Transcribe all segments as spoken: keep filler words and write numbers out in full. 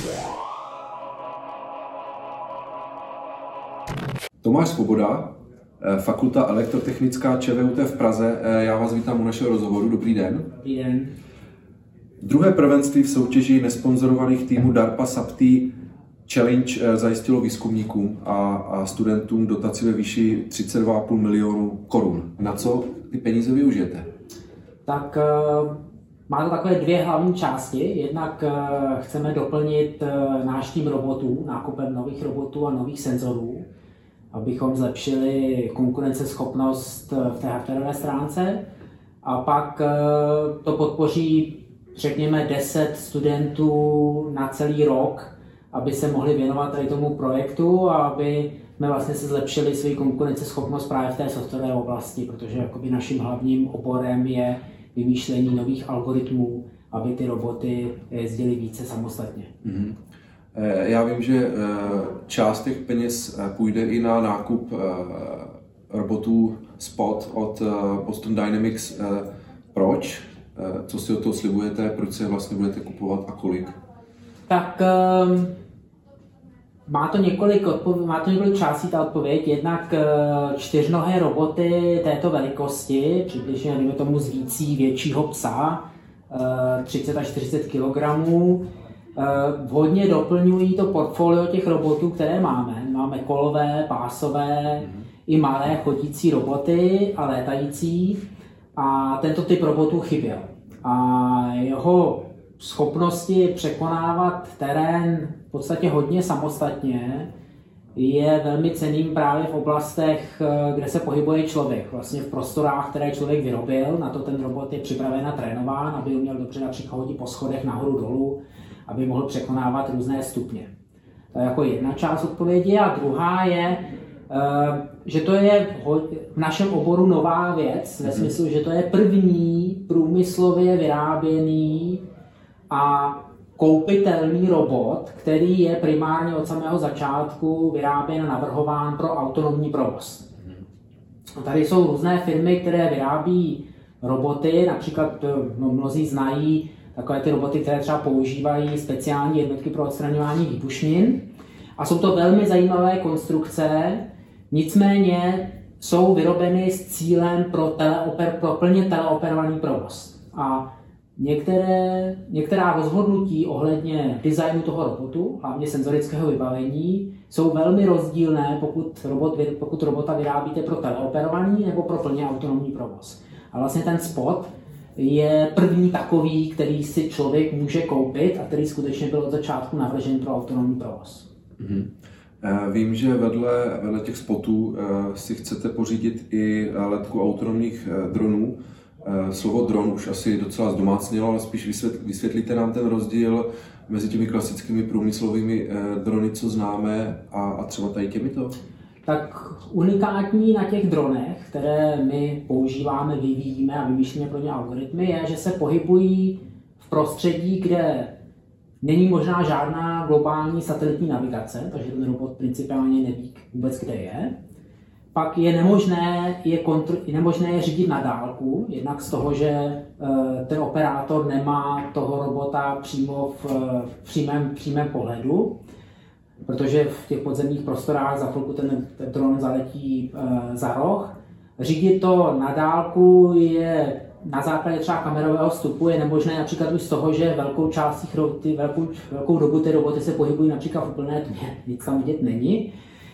Tomáš Svoboda, Fakulta elektrotechnická ČVUT v Praze. Já vás vítám u našeho rozhovoru. Dobrý den. Dobrý den. Druhé prvenství v soutěži nesponzorovaných týmů DARPA SAPTI Challenge zajistilo výzkumníkům a, a studentům dotaci ve výši třicet dva celá pět milionu korun. Na co ty peníze využijete? Tak má to takové dvě hlavní části. Jednak chceme doplnit náš tým robotů nákupem nových robotů a nových senzorů, abychom zlepšili konkurenceschopnost v té hardwarové stránce. A pak to podpoří, řekněme, deset studentů na celý rok, aby se mohli věnovat tady tomu projektu a aby jsme vlastně se zlepšili svou konkurenceschopnost právě v té softwarové oblasti, protože jakoby naším hlavním oborem je vymýšlení nových algoritmů, aby ty roboty jezdily více samostatně. Mm-hmm. Já vím, že část těch peněz půjde i na nákup robotů Spot od Boston Dynamics. Proč? Co si od toho slibujete? Proč se vlastně budete kupovat a kolik? Tak um, má to několik, odpověd, má to několik částí ta odpověď. Jednak uh, čtyřnohé roboty této velikosti, přibližně dejme tomu z vící většího psa, uh, třicet až čtyřicet kilogramů, vhodně doplňují to portfolio těch robotů, které máme. Máme kolové, pásové, mm. i malé chodící roboty a létající. A tento typ robotů chyběl. A jeho schopnosti překonávat terén v podstatě hodně samostatně je velmi cenným právě v oblastech, kde se pohybuje člověk. Vlastně v prostorách, které člověk vyrobil, na to ten robot je připraven a trénován, aby uměl dobře například chodit po schodech nahoru dolů, aby mohl překonávat různé stupně. To je jako jedna část odpovědi. A druhá je, že to je v našem oboru nová věc, ve smyslu, že to je první průmyslově vyráběný a koupitelný robot, který je primárně od samého začátku vyráběn a navrhován pro autonomní provoz. A tady jsou různé firmy, které vyrábí roboty, například no, mnozí znají takové ty roboty, které třeba používají speciální jednotky pro odstraňování výbušnin. A jsou to velmi zajímavé konstrukce, nicméně jsou vyrobeny s cílem pro, teleoper, pro plně teleoperovaný provoz. A některé, některá rozhodnutí ohledně designu toho robotu, hlavně senzorického vybavení, jsou velmi rozdílné, pokud, robot, pokud robota vyrábíte pro teleoperovaný nebo pro plně autonomní provoz. A vlastně ten Spot je první takový, který si člověk může koupit a který skutečně byl od začátku navržen pro autonomní provoz. Mm-hmm. Vím, že vedle, vedle těch spotů si chcete pořídit i letku autonomních dronů. Slovo dron už asi docela zdomácnělo, ale spíš vysvětlíte nám ten rozdíl mezi těmi klasickými průmyslovými drony, co známe, a, a třeba tady těmito? Tak unikátní na těch dronech, které my používáme, vyvíjíme a vymýšlíme pro ně algoritmy, je, že se pohybují v prostředí, kde není možná žádná globální satelitní navigace, takže ten robot principiálně neví vůbec, kde je. Pak je nemožné je, kontro, je nemožné je řídit na dálku, jednak z toho, že ten operátor nemá toho robota přímo v, v přímém, přímém pohledu, protože v těch podzemních prostorách za chvilku ten, ten dron zaletí e, za roh. Řídit to na dálku je na základě třeba kamerového vstupu je nemožné například už z toho, že velkou část těch roboty, velkou, velkou dobu ty roboty se pohybují například v úplné tmě, nic tam vidět není.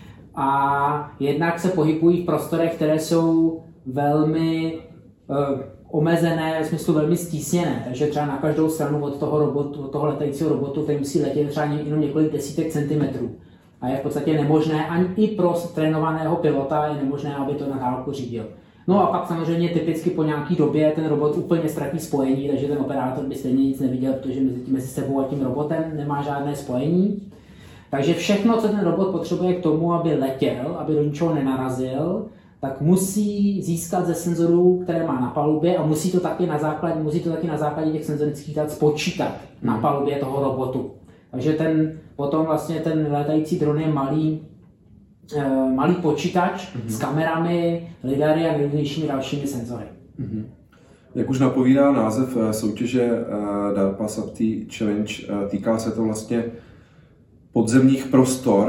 A jednak se pohybují v prostorech, které jsou velmi e, omezené, v smyslu velmi stísněné, takže třeba na každou stranu od toho robotu, od toho letajícího robotu, který musí letět třeba jenom několik desítek centimetrů. A je v podstatě nemožné, ani i pro trénovaného pilota je nemožné, aby to na dálku řídil. No a pak samozřejmě typicky po nějaký době ten robot úplně ztratí spojení, takže ten operátor by stejně nic neviděl, protože mezi, tím, mezi sebou a tím robotem nemá žádné spojení. Takže všechno, co ten robot potřebuje k tomu, aby letěl, aby do ničeho nenarazil, tak musí získat ze senzorů, které má na palubě, a musí to taky na základě, musí to taky na základě těch senzorických dat spočítat na palubě toho robotu. Takže ten, potom vlastně ten létající dron je malý, e, malý počítač mm-hmm. s kamerami, lidary a nejrůznějšími dalšími senzory. Mm-hmm. Jak už napovídá název soutěže DARPA SAPTI Challenge, týká se to vlastně podzemních prostor.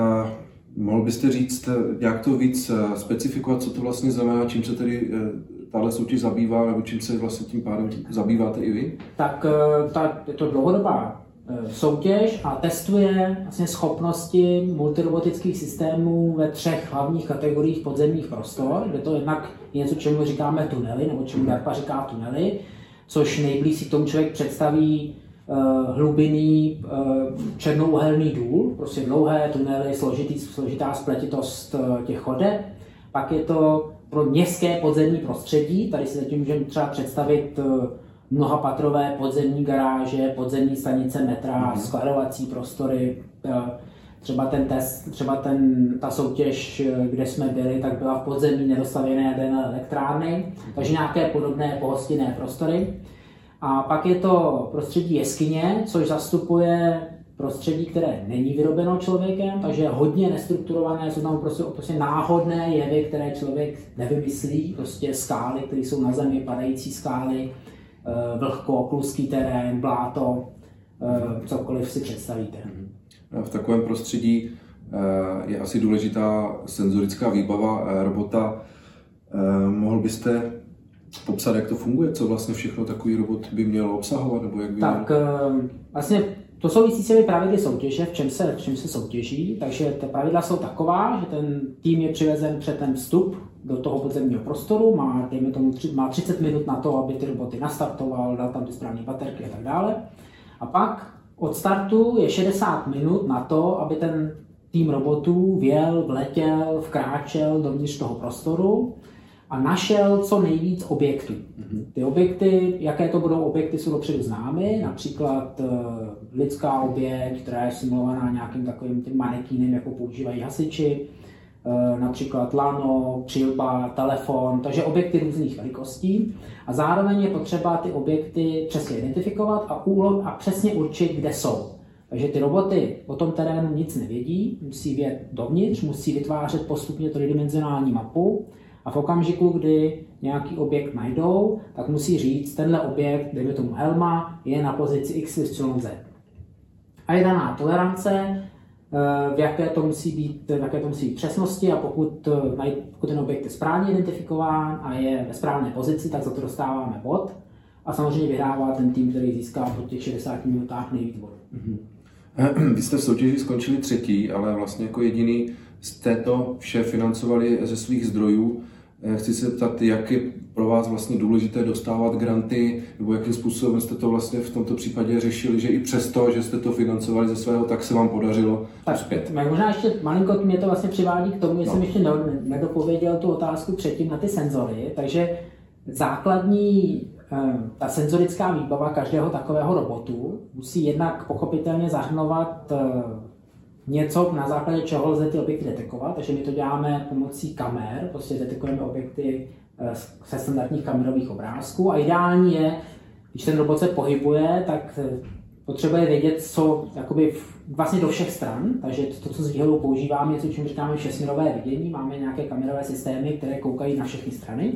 Mohl byste říct, jak to víc specifikovat, co to vlastně znamená, čím se tedy tahle soutěž zabývá, nebo čím se vlastně tím pádem zabýváte i vy? Tak ta, je to dlouhodobá soutěž a testuje vlastně schopnosti multirobotických systémů ve třech hlavních kategoriích podzemních prostor, kde to jednak je něco, čemu říkáme tunely, nebo čemu DARPA říká tunely, což nejblíž si k tomu člověk představí uh, hlubinný uh, černouhelný důl, prostě dlouhé tunely, složitý, složitá spletitost uh, těch chodeb. Pak je to pro městské podzemní prostředí, tady si zatím můžeme třeba představit uh, mnohapatrové podzemní garáže, podzemní stanice metra, mm-hmm. skladovací prostory. Třeba, ten test, třeba ten, ta soutěž, kde jsme byli, tak byla v podzemí nedostavěné jaderné elektrárny, takže nějaké podobné pohostinné prostory. A pak je to prostředí jeskyně, což zastupuje prostředí, které není vyrobeno člověkem, takže je hodně nestrukturované, jsou tam prostě, prostě náhodné jevy, které člověk nevymyslí, prostě skály, které jsou na zemi, padající skály, vlhko, kluský terén, bláto, cokoliv si představíte. V takovém prostředí je asi důležitá senzorická výbava robota. Mohl byste popsat, jak to funguje, co vlastně všechno takový robot by měl obsahovat? Nebo jak by tak měl... vlastně to souvisí s těmi pravidly soutěže, v čem se, v čem se soutěží, takže ta pravidla jsou taková, že ten tým je přivezen před ten vstup do toho podzemního prostoru, má, dejme tomu, má třicet minut na to, aby ty roboty nastartoval, dal tam ty správné baterky a tak dále. A pak od startu je šedesát minut na to, aby ten tým robotů vjel, vletěl, vkráčel dovnitř toho prostoru a našel co nejvíc objektů. Ty objekty, jaké to budou objekty, jsou dopředu známy, například uh, lidská objekt, která je simulovaná nějakým takovým tím manekínem, jako používají hasiči, uh, například lano, přilba, telefon, takže objekty různých velikostí. A zároveň je potřeba ty objekty přesně identifikovat a, úlo- a přesně určit, kde jsou. Takže ty roboty o tom terénu nic nevědí, musí vjet dovnitř, musí vytvářet postupně tridimenzionální mapu. A v okamžiku, kdy nějaký objekt najdou, tak musí říct, tenhle objekt, dejme tomu helma, je na pozici X Y Z. A je daná tolerance, v jaké to musí být, v jaké to musí být přesnosti, a pokud, pokud ten objekt je správně identifikován a je ve správné pozici, tak za to dostáváme bod. A samozřejmě vyhrává ten tým, který získá po těch šedesáti minutách nejvíc bodů. Mm-hmm. Vy jste v soutěži skončili třetí, ale vlastně jako jediný jste to vše financovali ze svých zdrojů. Chci se ptat, jak je pro vás vlastně důležité dostávat granty, nebo jakým způsobem jste to vlastně v tomto případě řešili, že i přesto, že jste to financovali ze svého, tak se vám podařilo uspět. Tak možná ještě malinko mě to vlastně přivádí k tomu, že no. jsem ještě nedopověděl tu otázku předtím na ty senzory, takže základní ta senzorická výbava každého takového robotu musí jednak pochopitelně zahrnovat něco, na základě čeho lze ty objekty detekovat, takže my to děláme pomocí kamer, prostě detekujeme objekty se standardních kamerových obrázků a ideální je, když ten robot se pohybuje, tak potřebuje vědět, co jakoby vlastně do všech stran, takže to, co s výhodou používáme, je, co čím říkáme všesměrové vidění, máme nějaké kamerové systémy, které koukají na všechny strany.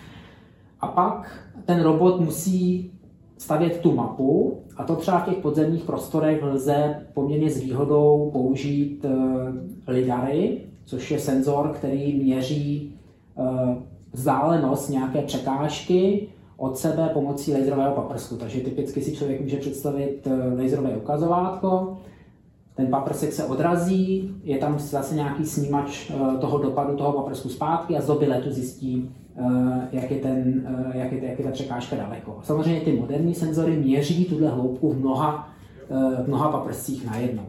A pak ten robot musí stavět tu mapu, a to třeba v těch podzemních prostorech lze poměrně s výhodou použít uh, lidary, což je senzor, který měří uh, vzdálenost nějaké překážky od sebe pomocí laserového paprsku. Takže typicky si člověk může představit uh, laserové ukazovátko, ten paprsek se odrazí, je tam zase nějaký snímač uh, toho dopadu toho paprsku zpátky a z doby letu zjistí, jak je, ten, jak, je, jak je ta překážka daleko. Samozřejmě ty moderní senzory měří tuhle hloubku v mnoha, v mnoha paprscích najednou.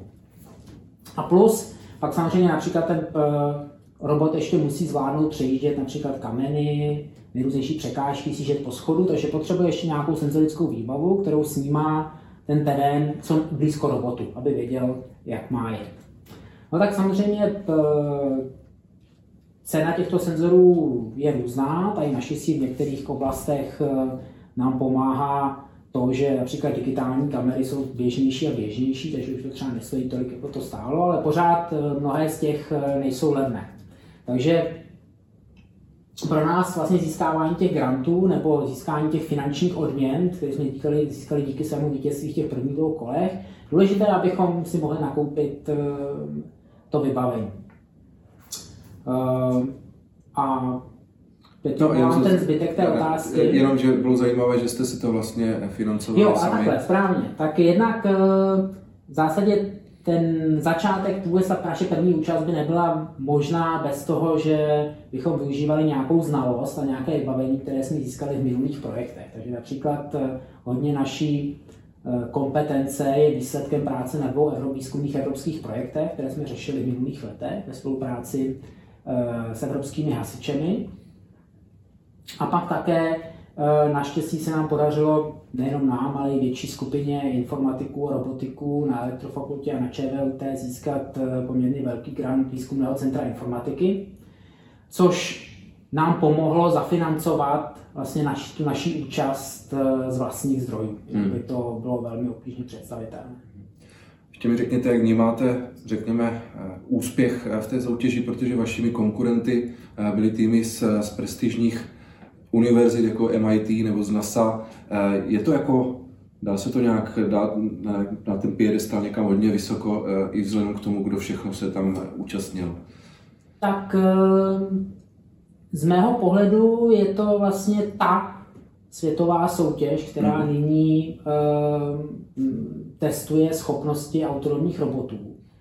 A plus, pak samozřejmě například ten robot ještě musí zvládnout přejíždět například kameny, nejrůznější překážky, sjíždět po schodu, takže potřebuje ještě nějakou senzorickou výbavu, kterou snímá ten terén co blízko robotu, aby věděl, jak má jet. No tak samozřejmě cena těchto senzorů je různá, tady naštěstí v některých oblastech nám pomáhá to, že například digitální kamery jsou běžnější a běžnější, takže už to třeba nestojí tolik, jako to stálo, ale pořád mnohé z těch nejsou levné. Takže pro nás vlastně získávání těch grantů nebo získání těch finančních odměn, které jsme získali, získali díky svému vítězství v těch prvních dvou kolech, důležité, abychom si mohli nakoupit to vybavení. A teď no, mám ten zbytek té otázky. Jenom, že bylo zajímavé, že jste si to vlastně financovali jo, sami. Jo, a takhle, správně. Tak jednak v zásadě ten začátek, vůbec ta naše první účast by nebyla možná bez toho, že bychom využívali nějakou znalost a nějaké vybavení, které jsme získali v minulých projektech. Takže například hodně naší kompetence je výsledkem práce na dvou výzkumných evropských projektech, které jsme řešili v minulých letech ve spolupráci s evropskými hasičemi. A pak také naštěstí se nám podařilo nejenom nám, ale i větší skupině informatiků a robotiků na Elektrofakultě a na ČVUT získat poměrně velký grant výzkumného centra informatiky, což nám pomohlo zafinancovat vlastně naši, tu naši účast z vlastních zdrojů. Hmm. By to bylo velmi obtížně představitelné. Ještě mi řekněte, jak vnímáte, řekněme, úspěch v té soutěži, protože vašimi konkurenty byly týmy z, z prestižních univerzit jako M I T nebo z NASA. Je to jako, dá se to nějak dát na, na ten piedestal někam hodně vysoko i vzhledem k tomu, kdo všechno se tam účastnil? Tak z mého pohledu je to vlastně ta světová soutěž, která mm. nyní uh, testuje schopnosti autonomních robotů.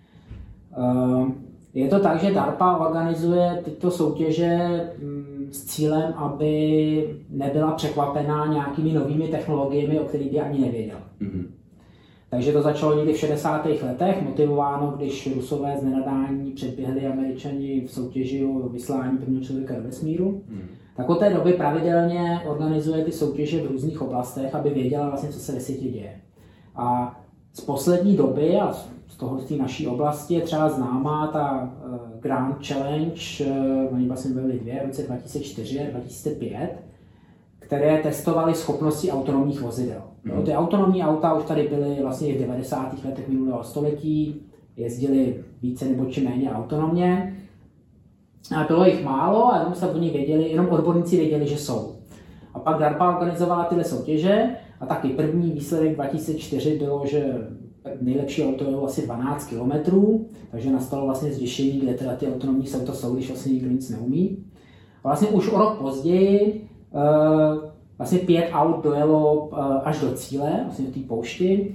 Uh, je to tak, že DARPA organizuje tyto soutěže um, s cílem, aby nebyla překvapená nějakými novými technologiemi, o kterých by ani nevěděla. Mm. Takže to začalo někdy v šedesátých letech, motivováno, když Rusové z nenadání předběhli Američani v soutěži o vyslání prvního člověka do vesmíru. Hmm. Tak od té doby pravidelně organizuje ty soutěže v různých oblastech, aby věděla vlastně, co se ve světě děje. A z poslední doby a z toho z té naší oblasti je třeba známá ta uh, Grand Challenge, uh, oni vlastně byly dvě v roce dva tisíce čtyři a dva tisíce pět, které testovaly schopnosti autonomních vozidel. No, ty autonomní auta už tady byly vlastně v devadesátých letech minulého století, jezdily více nebo či méně autonomně. A bylo jich málo a jenom se o nich věděli, jenom odborníci věděli, že jsou. A pak DARPA organizovala tyhle soutěže a taky první výsledek dva tisíce čtyři bylo, že nejlepší auto jelo asi dvanáct kilometrů, takže nastalo vlastně zděšení, kde teda ty autonomní auta jsou, když vlastně nikdo nic neumí. A vlastně už o rok později uh, vlastně pět aut dojelo uh, až do cíle, vlastně do té poušti.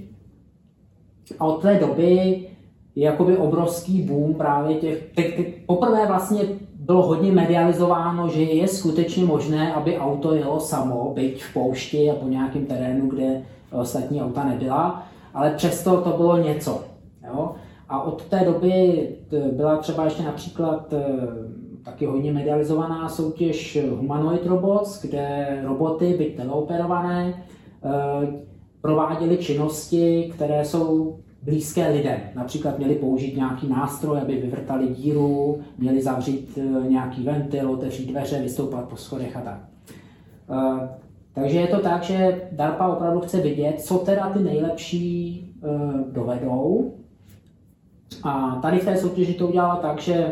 A od té doby je jakoby obrovský boom právě těch, těch, těch poprvé vlastně bylo hodně medializováno, že je skutečně možné, aby auto jelo samo, byť v poušti a po nějakém terénu, kde ostatní auta nebyla, ale přesto to bylo něco. Jo? A od té doby byla třeba ještě například taky hodně medializovaná soutěž Humanoid Robots, kde roboty, byť teleoperované, prováděly činnosti, které jsou blízké lidem. Například měli použít nějaký nástroj, aby vyvrtali díru, měli zavřít nějaký ventil, otevřít dveře, vystoupat po schodech a tak. Takže je to tak, že DARPA opravdu chce vidět, co teda ty nejlepší dovedou. A tady v té soutěži to udělala tak, že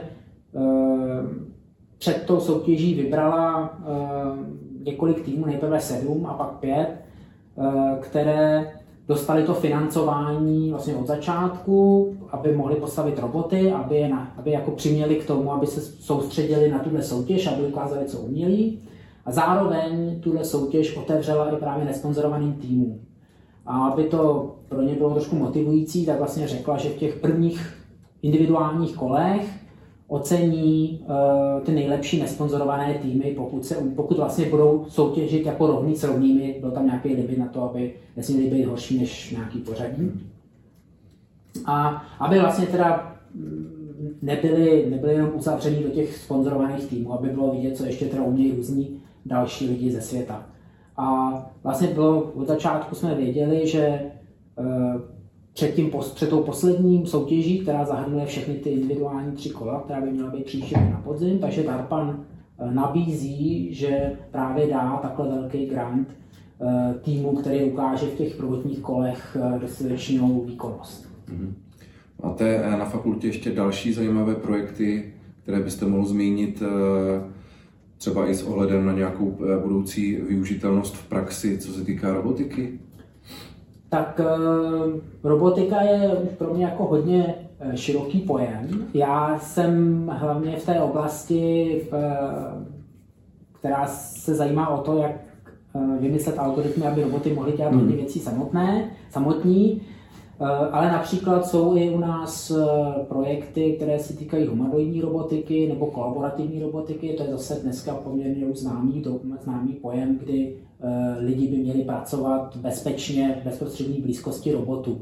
před tou soutěží vybrala několik týmů, nejprve sedm a pak pět, které dostali to financování vlastně od začátku, aby mohli postavit roboty, aby je na, aby jako přiměli k tomu, aby se soustředili na tuhle soutěž, aby ukázali, co uměli. A zároveň tuhle soutěž otevřela i právě nesponzorovaným týmům. A aby to pro ně bylo trošku motivující, tak vlastně řekla, že v těch prvních individuálních kolech ocení uh, ty nejlepší nesponzorované týmy, pokud, se, pokud vlastně budou soutěžit jako rovný s rovnými, byl tam nějaký limit na to, aby nesměli být horší než nějaký pořadí. A aby vlastně teda nebyli, nebyli jenom uzavření do těch sponzorovaných týmů, aby bylo vidět, co ještě teda umějí různí další lidi ze světa. A vlastně bylo, od začátku jsme věděli, že uh, Před, tím, před tou posledním soutěží, která zahrnuje všechny ty individuální tři kola, která by měla být příští na podzim, takže DARPA nabízí, že právě dá takhle velký grant týmu, který ukáže v těch prvotních kolech dostatečnou výkonnost. Mm-hmm. Máte na fakultě ještě další zajímavé projekty, které byste mohl zmínit, třeba i s ohledem na nějakou budoucí využitelnost v praxi, co se týká robotiky? Tak robotika je už pro mě jako hodně široký pojem. Já jsem hlavně v té oblasti, která se zajímá o to, jak vymyslet algoritmy, aby roboty mohly dělat hodně věcí samotné, samotní. Ale například jsou i u nás projekty, které se týkají humanoidní robotiky nebo kolaborativní robotiky. To je zase dneska poměrně už známý, známý pojem, kdy lidi by měli pracovat bezpečně v bezprostřední blízkosti robotů.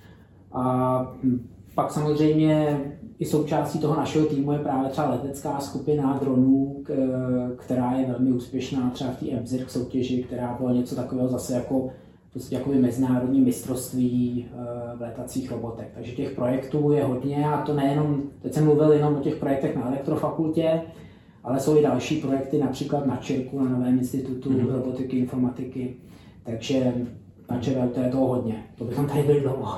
A pak samozřejmě i součástí toho našeho týmu je právě třeba letecká skupina dronů, která je velmi úspěšná třeba v té M Z I R C soutěži, která byla něco takového zase jako prostě jakoby mezinárodní mistrovství v letacích robotech. Takže těch projektů je hodně a to nejenom, teď jsem mluvil jenom o těch projektech na elektrofakultě, ale jsou i další projekty, například na ČIRku, na Novém institutu mm-hmm. robotiky, informatiky, takže na ČVUT je toho hodně, to bychom tady byli dlouho.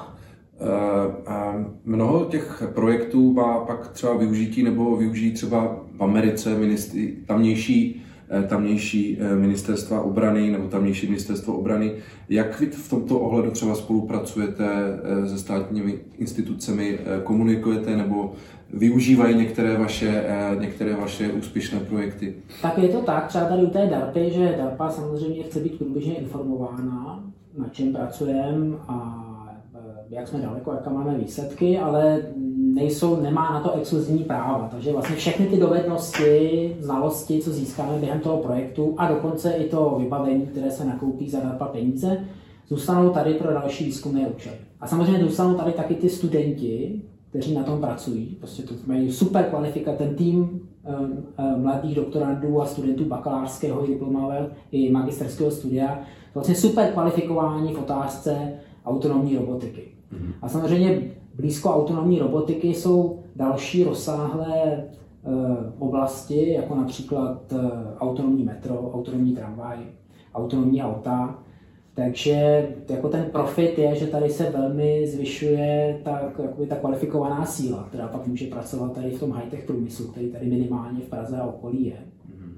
Uh, mnoho těch projektů má pak třeba využití nebo využijí třeba v Americe ministry, tamnější tamnější ministerstva obrany nebo tamnější ministerstvo obrany. Jak vy v tomto ohledu třeba spolupracujete se státními institucemi, komunikujete nebo využívají některé vaše, některé vaše úspěšné projekty? Tak je to tak, třeba tady u té DARPy, že DARPA samozřejmě chce být průběžně informována, na čem pracujeme a jak jsme daleko, jaká máme výsledky, ale nejsou, nemá na to exkluzivní práva. Takže vlastně všechny ty dovednosti, znalosti, co získáme během toho projektu a dokonce i to vybavení, které se nakoupí za DARPA peníze, zůstanou tady pro další výzkumné účely. A samozřejmě zůstanou tady taky ty studenti, kteří na tom pracují. Prostě to mají super kvalifikace, ten tým um, um, mladých doktorandů a studentů bakalářského i diplomového i magisterského studia, vlastně super kvalifikování v otázce autonomní robotiky. Mm-hmm. A samozřejmě blízko autonomní robotiky jsou další rozsáhlé e, oblasti, jako například e, autonomní metro, autonomní tramvaj, autonomní auta. Takže jako ten profit je, že tady se velmi zvyšuje ta, jakoby ta kvalifikovaná síla, která pak může pracovat tady v tom high-tech průmyslu, který tady minimálně v Praze a okolí je. Mm-hmm.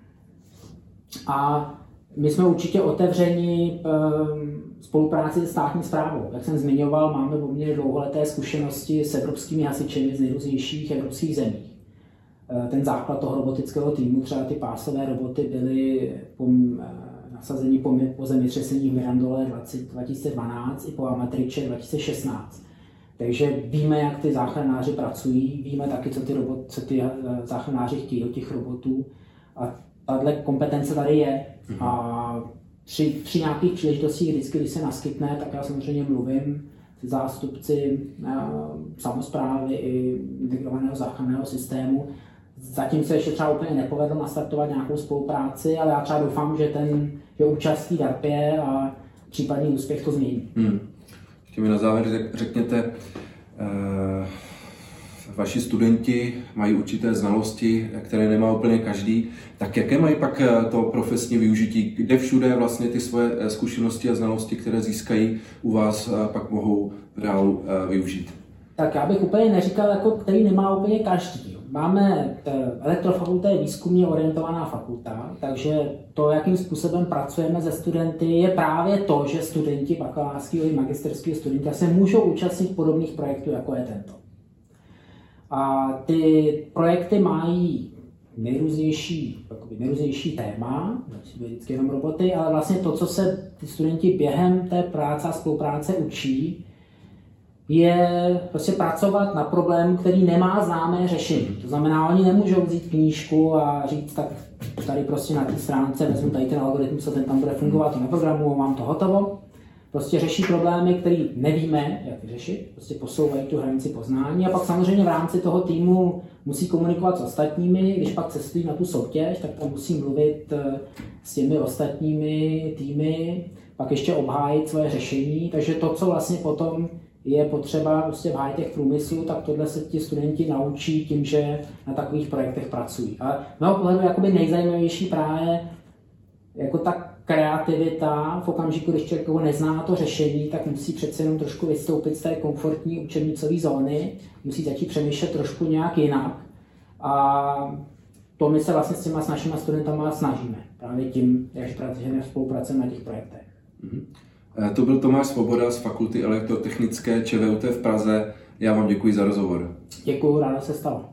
A my jsme určitě otevřeni spolupráci se státní správou. Jak jsem zmiňoval, máme poměrně dlouholeté zkušenosti s evropskými hasiči z nejrůznějších evropských zemí. Ten základ toho robotického týmu, třeba ty pásové roboty, byly po nasazení po, po zemětřesení v Mirandole dva tisíce dvanáct i po Amatriče dva tisíce šestnáct. Takže víme, jak ty záchranáři pracují, víme taky, co ty, robot, co ty záchranáři chtějí do těch robotů. A tahle kompetence tady je. A při, při nějakých příležitostích, vždycky, když se naskytne, tak já samozřejmě mluvím s zástupci uh, samosprávy i integrovaného záchranného systému. Zatím se ještě třeba úplně nepovedlo nastartovat nějakou spolupráci, ale já třeba doufám, že ten že účastí DARPě a případný úspěch to změní. Hmm. Ještě mi na závěr řekněte, uh... vaši studenti mají určité znalosti, které nemá úplně každý, tak jaké mají pak to profesní využití? Kde všude vlastně ty svoje zkušenosti a znalosti, které získají u vás, pak mohou v reálu využít? Tak já bych úplně neříkal, jako který nemá úplně každý. Máme elektrofakulta je výzkumně orientovaná fakulta, takže to, jakým způsobem pracujeme se studenty, je právě to, že studenti bakalářského i magisterského studenta se můžou účastnit podobných projektů, jako je tento. A ty projekty mají nejrůznější, nejrůznější téma, musí být vždycky jenom roboty, ale vlastně to, co se ty studenti během té práce a spolupráce učí, je prostě pracovat na problému, který nemá známé řešení. To znamená, oni nemůžou vzít knížku a říct, tak tady prostě na té stránce vezmu tady ten algoritmus, co ten tam bude fungovat, to naprogramuju, mám to hotovo. Prostě řeší problémy, které nevíme, jak řešit, prostě posouvají tu hranici poznání a pak samozřejmě v rámci toho týmu musí komunikovat s ostatními, když pak cestují na tu soutěž, tak tam musí mluvit s těmi ostatními týmy, pak ještě obhájit svoje řešení, takže to, co vlastně potom je potřeba prostě v high-tech průmyslu, tak tohle se ti studenti naučí tím, že na takových projektech pracují. A z mého pohledu jakoby nejzajímavější právě jako ta kreativita v okamžiku, když člověk nezná to řešení, tak musí přece jenom trošku vystoupit z té komfortní učebnicové zóny, musí začít přemýšlet trošku nějak jinak. A to my se vlastně s těma s našimi studentama snažíme. Právě tím, jak pracujeme v spolupráci na těch projektech. Mm-hmm. To byl Tomáš Svoboda z Fakulty elektrotechnické ČVUT v Praze. Já vám děkuji za rozhovor. Děkuji, ráno se stalo.